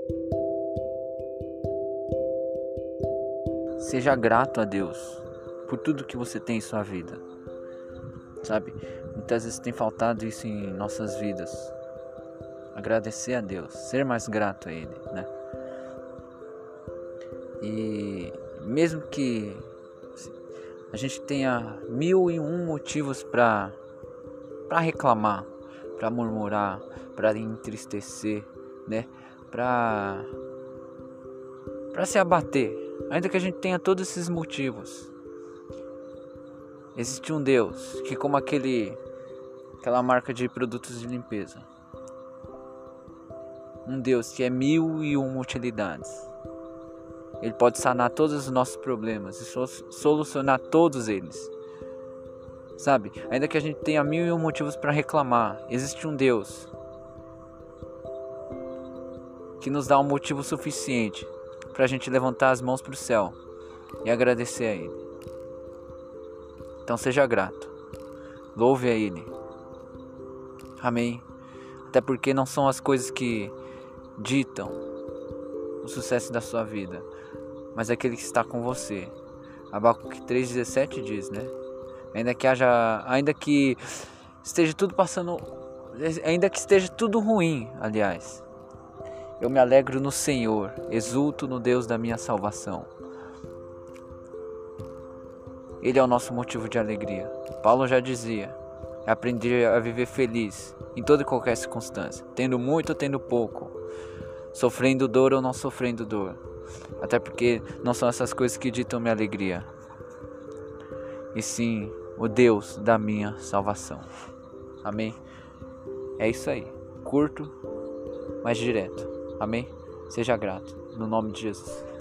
Seja grato a Deus por tudo que você tem em sua vida, sabe? Muitas vezes tem faltado isso em nossas vidas. Agradecer a Deus, ser mais grato a Ele, né? E mesmo que a gente tenha 1001 motivos para reclamar, para murmurar, para entristecer, né? Para se abater, ainda que a gente tenha todos esses motivos, existe um Deus que, como aquela marca de produtos de limpeza, um Deus que é 1001 utilidades. Ele pode sanar todos os nossos problemas e solucionar todos eles, sabe? Ainda que a gente tenha 1001 motivos para reclamar, existe um Deus que nos dá um motivo suficiente para a gente levantar as mãos para o céu e agradecer a Ele. Então seja grato, louve a Ele, amém? Até porque não são as coisas que ditam o sucesso da sua vida, mas aquele que está com você. Abacuque 3,17 diz, né? Ainda que esteja tudo ruim, aliás, eu me alegro no Senhor, exulto no Deus da minha salvação. Ele é o nosso motivo de alegria. Paulo já dizia: aprendi a viver feliz em toda e qualquer circunstância, tendo muito ou tendo pouco, sofrendo dor ou não sofrendo dor. Até porque não são essas coisas que ditam minha alegria, e sim o Deus da minha salvação. Amém? É isso aí. Curto, mas direto. Amém? Seja grato. No nome de Jesus.